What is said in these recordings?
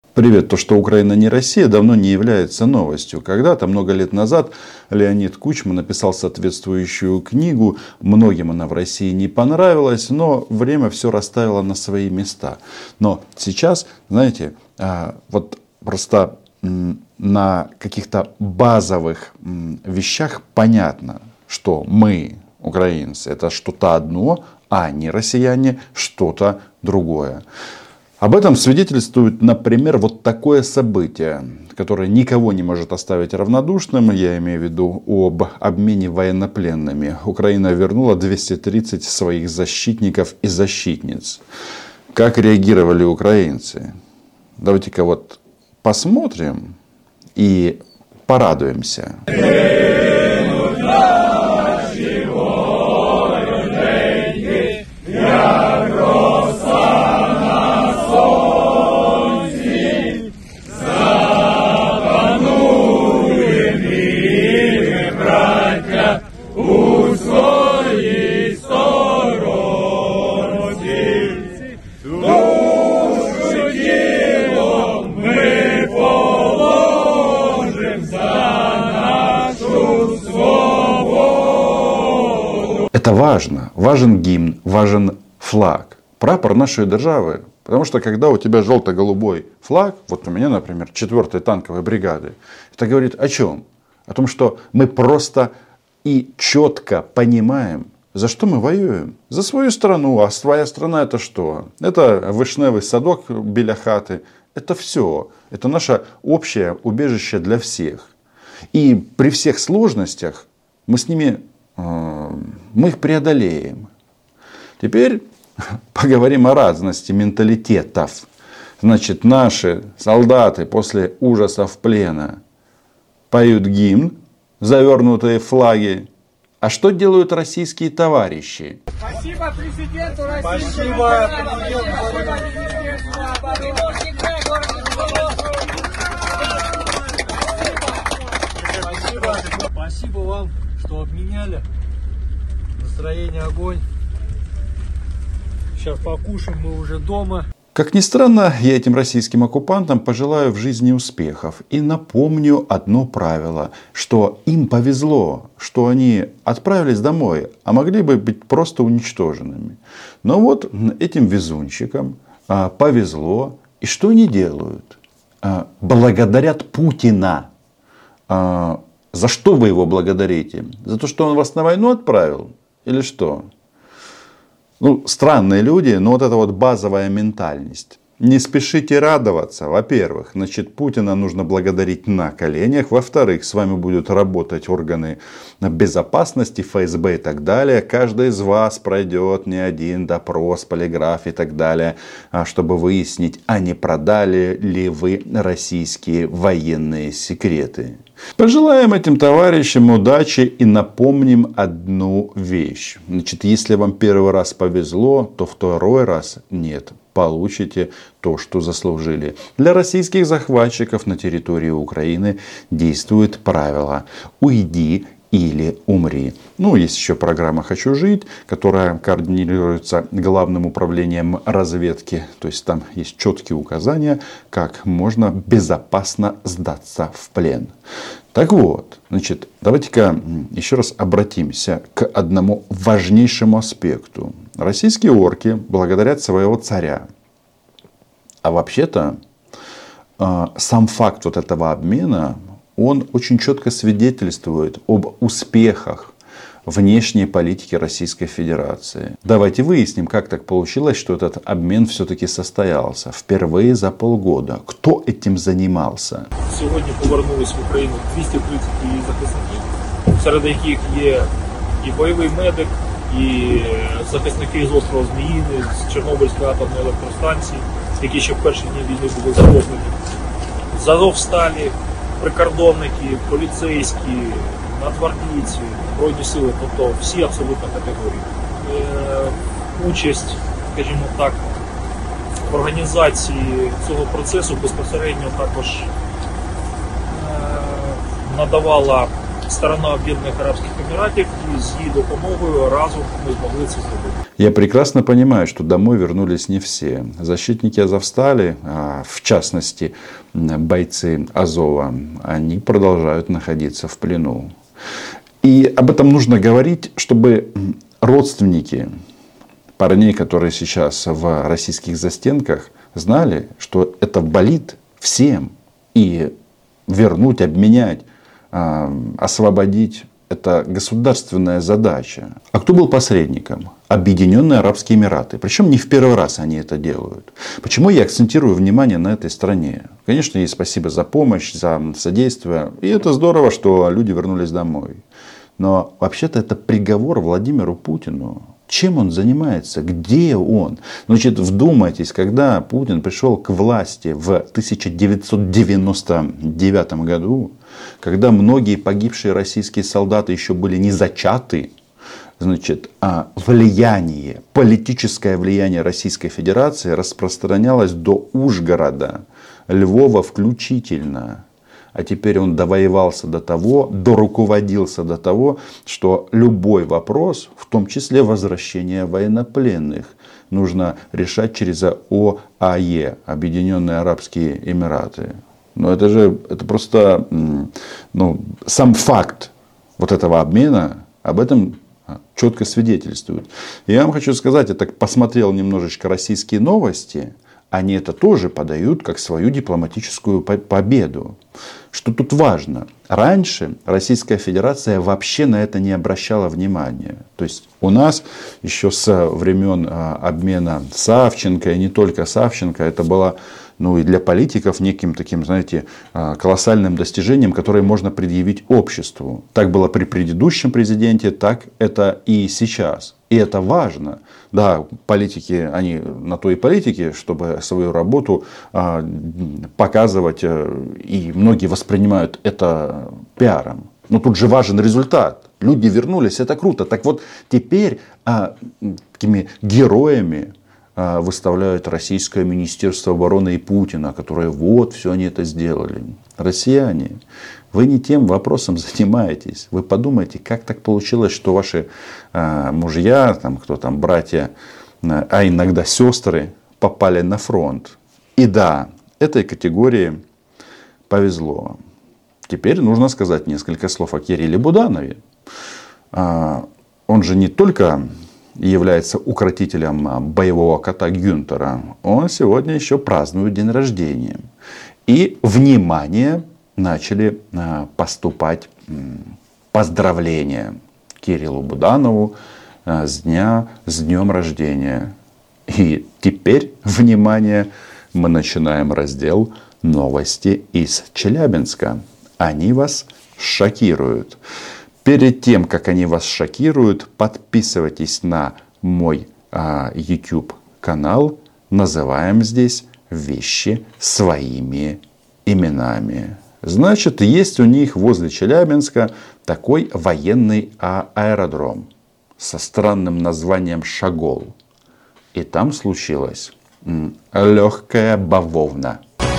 Привет, то, что Украина не Россия, давно не является новостью. Когда-то, много лет назад, Леонид Кучма написал соответствующую книгу. Многим она в России не понравилась, но время все расставило на свои места. Но сейчас, знаете, вот просто на каких-то базовых вещах понятно, что мы, украинцы, это что-то одно, а не россияне что-то другое. Об этом свидетельствует, например, вот такое событие, которое никого не может оставить равнодушным. Я имею в виду об обмене военнопленными. Украина вернула 230 своих защитников и защитниц. Как реагировали украинцы? Давайте-ка вот посмотрим и порадуемся. Это важно. Важен гимн, важен флаг, прапор нашей державы. Потому что когда у тебя желто-голубой флаг, вот у меня, например, 4-й танковой бригады, это говорит о чем? О том, что мы просто и четко понимаем, за что мы воюем. За свою страну. А своя страна это что? Это вишневый садок біля хаты. Это все. Это наше общее убежище для всех. И при всех сложностях мы их преодолеем. Теперь поговорим о разности менталитетов. Значит, наши солдаты после ужасов плена поют гимн, завернутые в флаги. А что делают российские товарищи? Спасибо президенту России. Спасибо. Спасибо вам, что обменяли. Настроение огонь. Сейчас покушаем, мы уже дома. Как ни странно, я этим российским оккупантам пожелаю в жизни успехов. И напомню одно правило, что им повезло, что они отправились домой, а могли бы быть просто уничтоженными. Но вот этим везунчикам повезло. И что они делают? Благодарят Путина. За что вы его благодарите? За то, что он вас на войну отправил? Или что? Ну, странные люди, но вот эта вот базовая ментальность. Не спешите радоваться. Во-первых, значит, Путина нужно благодарить на коленях. Во-вторых, с вами будут работать органы безопасности, ФСБ и так далее. Каждый из вас пройдет не один допрос, полиграф и так далее, чтобы выяснить, а не продали ли вы российские военные секреты. Пожелаем этим товарищам удачи и напомним одну вещь. Значит, если вам первый раз повезло, то второй раз нет. Получите то, что заслужили. Для российских захватчиков на территории Украины действует правило «Уйди или умри». Ну, есть еще программа «Хочу жить», которая координируется Главным управлением разведки. То есть там есть четкие указания, как можно безопасно сдаться в плен. Так вот, значит, давайте-ка еще раз обратимся к одному важнейшему аспекту. Российские орки благодарят своего царя. А вообще-то сам факт вот этого обмена, он очень четко свидетельствует об успехах внешней политики Российской Федерации. Давайте выясним, как так получилось, что этот обмен все-таки состоялся. Впервые за полгода. Кто этим занимался? Сьогодні повернулись в Україну 230 її захисників, серед яких є і бойовий медик, і захисники з острова Зміїни, з Чорнобильської атомної електростанції, які ще в перші дні війни були захоплені. З Азовсталі, прикордонники, поліцейські, нацгвардійці, Збройні сили, тобто всі абсолютно категорії. Участь, скажімо так, в організації цього процесу безпосередньо також надавала сторона Об'єднаних Арабських Еміратів, і з її допомогою разом ми змогли це зробити. Я прекрасно понимаю, что домой вернулись не все. Защитники Азовстали, в частности бойцы Азова, они продолжают находиться в плену. И об этом нужно говорить, чтобы родственники парней, которые сейчас в российских застенках, знали, что это болит всем. И вернуть, обменять, освободить – это государственная задача. А кто был посредником? Объединенные Арабские Эмираты. Причем не в первый раз они это делают. Почему я акцентирую внимание на этой стране? Конечно, ей спасибо за помощь, за содействие. И это здорово, что люди вернулись домой. Но вообще-то это приговор Владимиру Путину. Чем он занимается? Где он? Значит, вдумайтесь, когда Путин пришел к власти в 1999 году, когда многие погибшие российские солдаты еще были не зачаты, значит, влияние, политическое влияние Российской Федерации распространялось до Ужгорода, Львова включительно. А теперь он довоевался до того, доруководился до того, что любой вопрос, в том числе возвращение военнопленных, нужно решать через ОАЕ, Объединенные Арабские Эмираты. Но это просто сам факт вот этого обмена об этом четко свидетельствует. И я вам хочу сказать, я так посмотрел немножечко российские новости. Они это тоже подают как свою дипломатическую победу. Что тут важно? Раньше Российская Федерация вообще на это не обращала внимания. То есть у нас еще со времен обмена Савченко, и не только Савченко, это было и для политиков неким таким, знаете, колоссальным достижением, которое можно предъявить обществу. Так было при предыдущем президенте, так это и сейчас. И это важно. Да, политики, они на то и политики, чтобы свою работу показывать. И многие воспринимают это пиаром. Но тут же важен результат. Люди вернулись, это круто. Так вот, теперь такими героями выставляют Российское Министерство обороны и Путина, которые вот все они это сделали. Россияне, вы не тем вопросом занимаетесь. Вы подумайте, как так получилось, что ваши мужья, кто там братья, а иногда сестры попали на фронт. И да, этой категории повезло. Теперь нужно сказать несколько слов о Кирилле Буданове. Он же не только является укротителем боевого кота Гюнтера, он сегодня еще празднует день рождения. И, внимание, начали поступать поздравления Кириллу Буданову с днем рождения. И теперь, внимание, мы начинаем раздел «Новости из Челябинска». Они вас шокируют. Перед тем, как они вас шокируют, подписывайтесь на мой YouTube канал. Называем здесь вещи своими именами. Значит, есть у них возле Челябинска такой военный аэродром со странным названием Шагол. И там случилась легкая бавовна.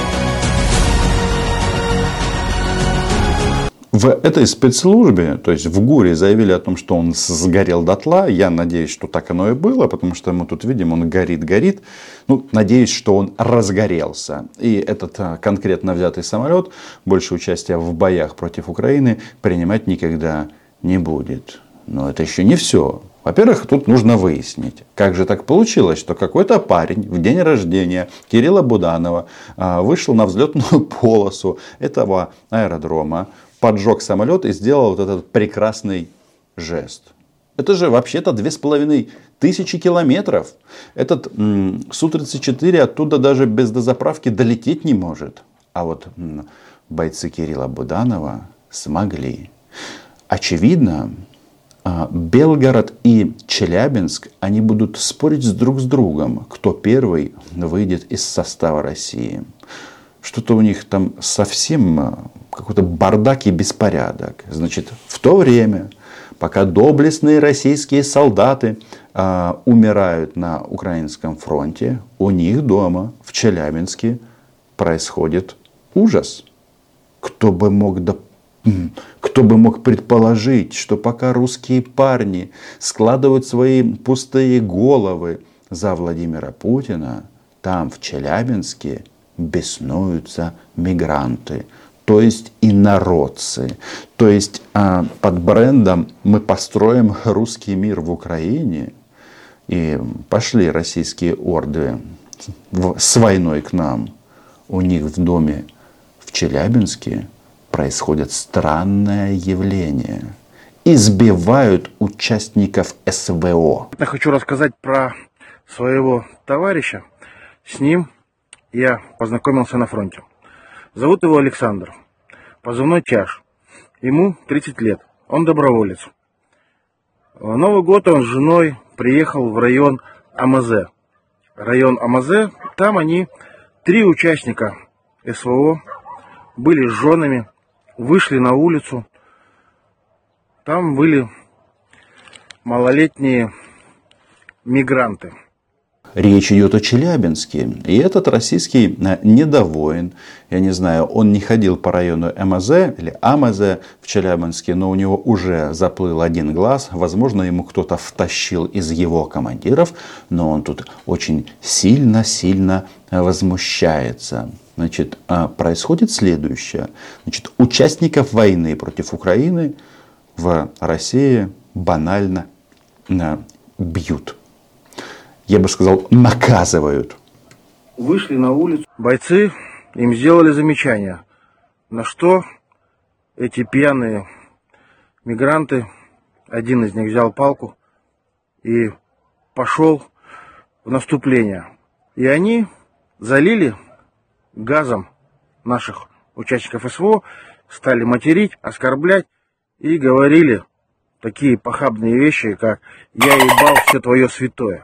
В этой спецслужбе, то есть в ГУРе, заявили о том, что он сгорел дотла. Я надеюсь, что так оно и было, потому что мы тут видим, он горит. Надеюсь, что он разгорелся. И этот конкретно взятый самолет больше участия в боях против Украины принимать никогда не будет. Но это еще не все. Во-первых, тут нужно выяснить, как же так получилось, что какой-то парень в день рождения Кирилла Буданова вышел на взлетную полосу этого аэродрома, поджег самолет и сделал вот этот прекрасный жест. Это же вообще-то 2500 километров. Этот Су-34 оттуда даже без дозаправки долететь не может. А вот бойцы Кирилла Буданова смогли. Очевидно, Белгород и Челябинск, они будут спорить друг с другом, кто первый выйдет из состава России. Что-то у них там совсем какой-то бардак и беспорядок. Значит, в то время, пока доблестные российские солдаты умирают на украинском фронте, у них дома в Челябинске происходит ужас. Кто бы Кто бы мог предположить, что пока русские парни складывают свои пустые головы за Владимира Путина, там, в Челябинске, беснуются мигранты, то есть инородцы. То есть под брендом «мы построим русский мир в Украине» и пошли российские орды с войной к нам. У них в доме в Челябинске происходит странное явление. Избивают участников СВО. Я хочу рассказать про своего товарища. С ним я познакомился на фронте. Зовут его Александр. Позывной Тяж. Ему 30 лет. Он доброволец. В Новый год он с женой приехал в район АМЗ. Район АМЗ, там они, 3 участника СВО, были с женами, вышли на улицу. Там были малолетние мигранты. Речь идет о Челябинске. И этот российский недовоин, я не знаю, он не ходил по району МЗ или АМЗ в Челябинске, но у него уже заплыл один глаз. Возможно, ему кто-то втащил из его командиров, но он тут очень сильно возмущается. Значит, происходит следующее. Значит, участников войны против Украины в России банально бьют. Я бы сказал, наказывают. Вышли на улицу. Бойцы им сделали замечание. На что эти пьяные мигранты, один из них взял палку и пошел в наступление. И они залили газом наших участников СВО, стали материть, оскорблять и говорили такие похабные вещи, как «я ебал все твое святое».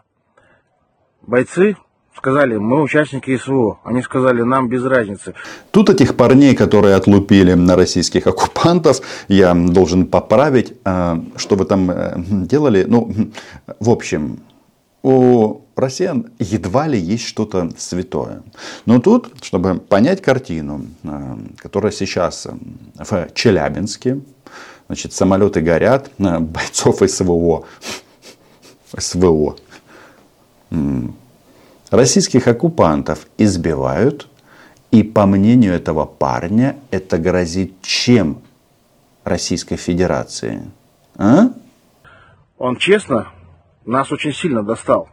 Бойцы сказали, мы участники СВО. Они сказали, нам без разницы. Тут этих парней, которые отлупили на российских оккупантов, я должен поправить, что вы там делали. Ну, в общем, у россиян едва ли есть что-то святое. Но тут, чтобы понять картину, которая сейчас в Челябинске, значит, самолеты горят, бойцов СВО, российских оккупантов избивают, и по мнению этого парня, это грозит чем Российской Федерации? А? Он честно нас очень сильно достал.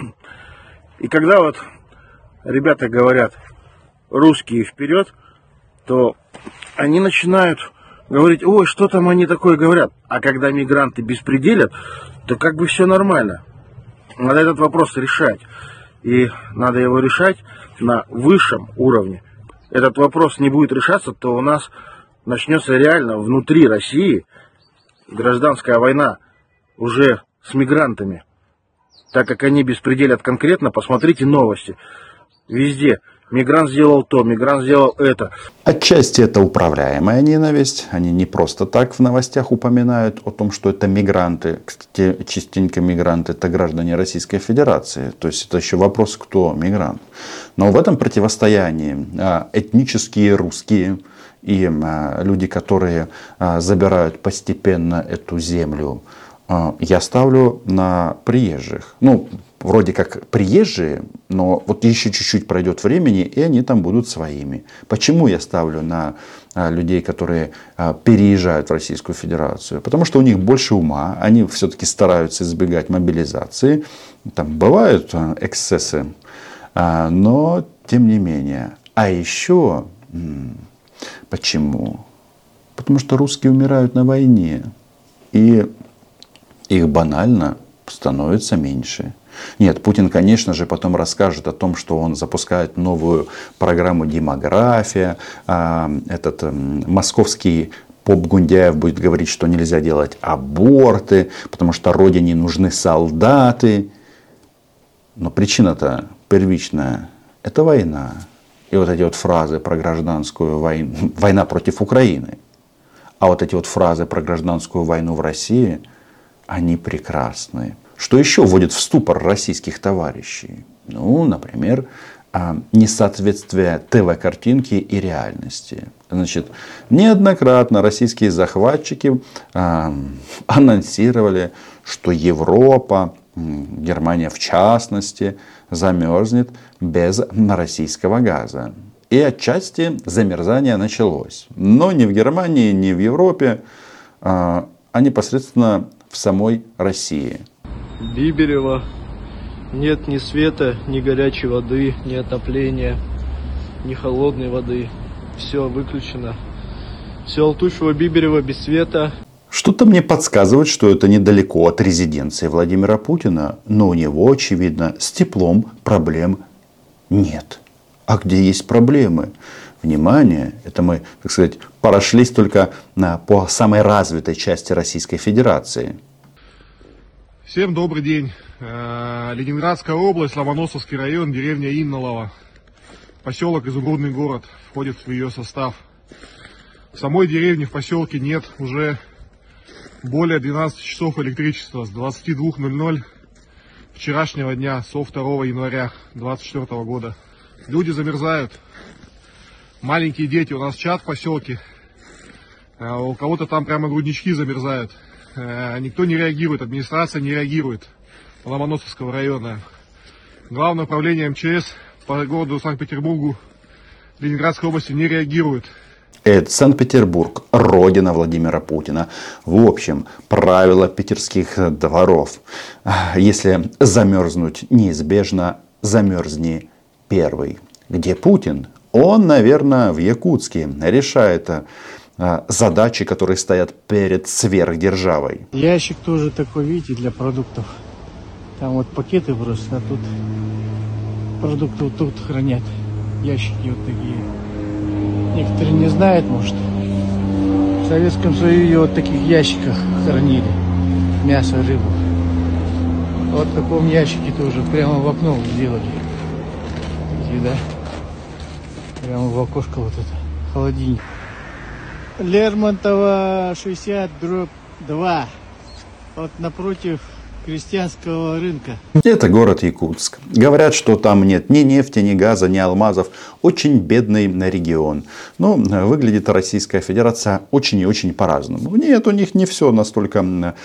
И когда вот ребята говорят русские вперед, то они начинают говорить, ой, что там они такое говорят. А когда мигранты беспределят, то как бы все нормально. Надо этот вопрос решать. И надо его решать на высшем уровне. Этот вопрос не будет решаться, то у нас начнется реально внутри России гражданская война уже с мигрантами. Так как они беспределят конкретно, посмотрите новости. Везде. Мигрант сделал то, мигрант сделал это. Отчасти это управляемая ненависть. Они не просто так в новостях упоминают о том, что это мигранты. Кстати, частенько мигранты это граждане Российской Федерации. То есть это еще вопрос, кто мигрант. Но в этом противостоянии этнические русские и люди, которые забирают постепенно эту землю, я ставлю на приезжих. Ну, вроде как приезжие, но вот еще чуть-чуть пройдет времени, и они там будут своими. Почему я ставлю на людей, которые переезжают в Российскую Федерацию? Потому что у них больше ума, они все-таки стараются избегать мобилизации. Там бывают эксцессы, но тем не менее. А еще, почему? Потому что русские умирают на войне, и их банально становится меньше. Нет, Путин, конечно же, потом расскажет о том, что он запускает новую программу «Демография». Этот московский поп Гундяев будет говорить, что нельзя делать аборты, потому что родине нужны солдаты. Но причина-то первичная – это война. И вот эти вот фразы про гражданскую войну, война против Украины. А вот эти вот фразы про гражданскую войну в России, они прекрасны. Что еще вводит в ступор российских товарищей? Ну, например, несоответствие ТВ-картинки и реальности. Значит, неоднократно российские захватчики анонсировали, что Европа, Германия в частности, замерзнет без российского газа. И отчасти замерзание началось. Но не в Германии, не в Европе, а непосредственно в самой России. Биберево. Нет ни света, ни горячей воды, ни отопления, ни холодной воды. Все выключено. Все Алтушево-Биберево без света. Что-то мне подсказывает, что это недалеко от резиденции Владимира Путина. Но у него, очевидно, с теплом проблем нет. А где есть проблемы? Внимание, это мы, так сказать, прошлись только по самой развитой части Российской Федерации. Всем добрый день. Ленинградская область, Ломоносовский район, деревня Иннолово. Поселок Изумрудный город входит в ее состав. В самой деревне, в поселке нет уже более 12 часов электричества с 22:00 вчерашнего дня, со 2 января 2024 года. Люди замерзают. Маленькие дети, у нас чат в поселке. У кого-то там прямо груднички замерзают. Никто не реагирует, администрация не реагирует. Ломоносовского района. Главное управление МЧС по городу Санкт-Петербургу Ленинградской области не реагирует. Это Санкт-Петербург, родина Владимира Путина. В общем, правила питерских дворов. Если замерзнуть неизбежно, замерзни первый. Где Путин? Он, наверное, в Якутске решает задачи, которые стоят перед сверхдержавой. Ящик тоже такой, видите, для продуктов. Там вот пакеты просто, а тут продукты вот тут хранят. Ящики вот такие. Некоторые не знают, может. В Советском Союзе вот в таких ящиках хранили мясо, рыбу. Вот в таком ящике тоже прямо в окно сделали. Видите, да? Прямо в окошко вот это. Холодильник. Лермонтова 60/2. Вот напротив крестьянского рынка. Это город Якутск. Говорят, что там нет ни нефти, ни газа, ни алмазов. Очень бедный регион. Но выглядит Российская Федерация очень и очень по-разному. Нет, у них не все настолько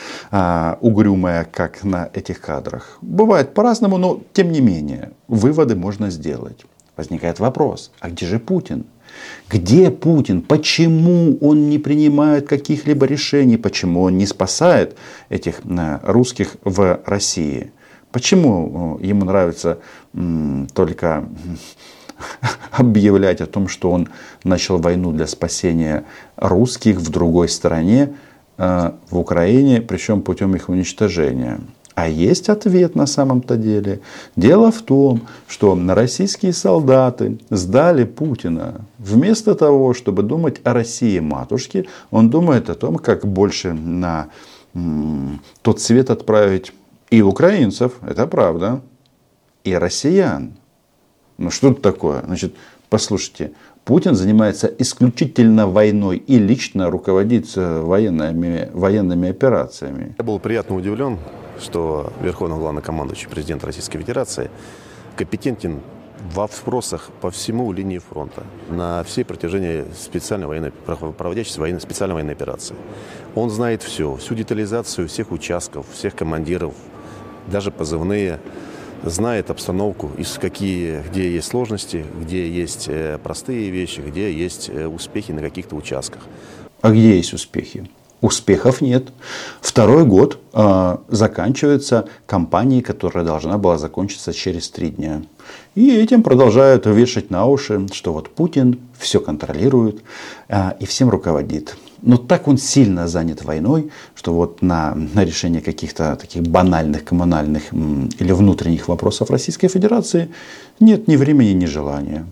угрюмое, как на этих кадрах. Бывает по-разному, но тем не менее, выводы можно сделать. Возникает вопрос, а где же Путин? Где Путин? Почему он не принимает каких-либо решений? Почему он не спасает этих русских в России? Почему ему нравится только объявлять о том, что он начал войну для спасения русских в другой стране, в Украине, причем путем их уничтожения? А есть ответ на самом-то деле. Дело в том, что российские солдаты сдали Путина. Вместо того, чтобы думать о России матушке, он думает о том, как больше на тот свет отправить и украинцев, это правда, и россиян. Ну что это такое? Значит, послушайте, Путин занимается исключительно войной и лично руководит военными операциями. Я был приятно удивлен, что Верховный главнокомандующий президент Российской Федерации компетентен во вопросах по всему линии фронта, на всей протяжении проводящейся специальной военной операции. Он знает все, всю детализацию всех участков, всех командиров, даже позывные, знает обстановку, где есть сложности, где есть простые вещи, где есть успехи на каких-то участках. А где есть успехи? Успехов нет. Второй год заканчивается кампанией, которая должна была закончиться через 3 дня. И этим продолжают вешать на уши, что вот Путин все контролирует и всем руководит. Но так он сильно занят войной, что вот на решение каких-то таких банальных коммунальных или внутренних вопросов Российской Федерации нет ни времени, ни желания.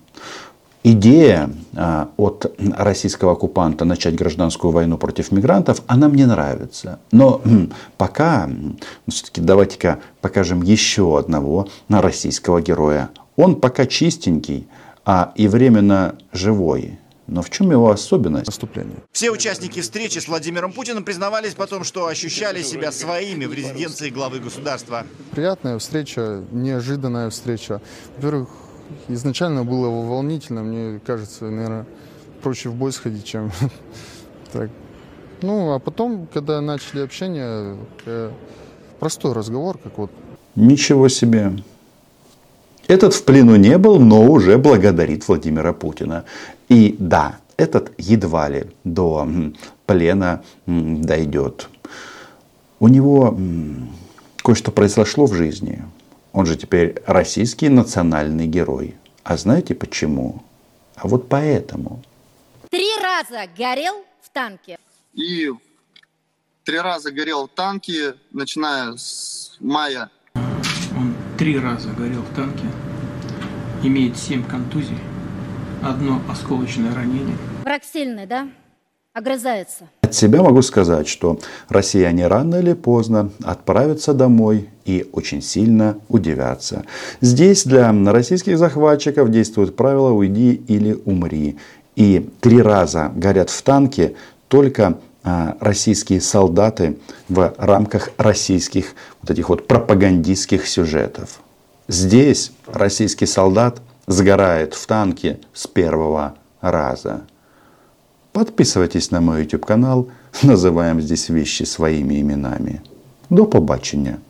Идея от российского оккупанта начать гражданскую войну против мигрантов, она мне нравится. Но пока, все-таки давайте-ка покажем еще одного российского героя. Он пока чистенький, и временно живой. Но в чем его особенность? Наступление. Все участники встречи с Владимиром Путиным признавались потом, что ощущали себя своими в резиденции главы государства. Приятная встреча, неожиданная встреча. Во-первых, изначально было волнительно. Мне кажется, наверное, проще в бой сходить, чем так. Ну, а потом, когда начали общение, простой разговор, как вот. Ничего себе. Этот в плену не был, но уже благодарит Владимира Путина. И да, этот едва ли до плена дойдет. У него кое-что произошло в жизни. Он же теперь российский национальный герой. А знаете почему? А вот поэтому. 3 раза горел в танке. И 3 раза горел в танке, начиная с мая. Он 3 раза горел в танке, имеет 7 контузий, 1 осколочное ранение. Враг сильный, да? Огрызается. От себя могу сказать, что россияне рано или поздно отправятся домой и очень сильно удивятся. Здесь для российских захватчиков действует правило «уйди или умри». И 3 раза горят в танке только российские солдаты в рамках российских вот этих вот пропагандистских сюжетов. Здесь российский солдат сгорает в танке с 1-го раза. Подписывайтесь на мой YouTube канал. Называем здесь вещи своими именами. До побачення.